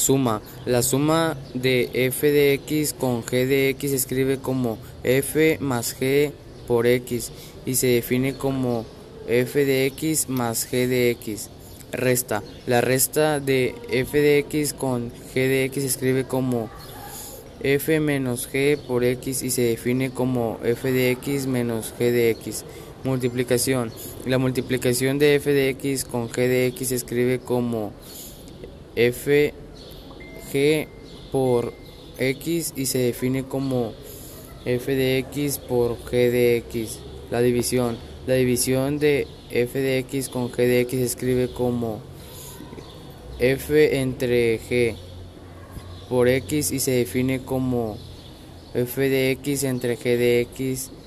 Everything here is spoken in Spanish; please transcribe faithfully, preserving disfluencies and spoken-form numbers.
Suma. La suma de f de x con g de x se escribe como f más g por x y se define como f de x más g de x. Resta. La resta de f de x con g de x se escribe como f menos g por x y se define como f de x menos g de x. Multiplicación. La multiplicación de f de x con g de x se escribe como f g por x y se define como f de x por g de x. La división. La división de f de x con g de x se escribe como f entre g por x y se define como f de x entre g de x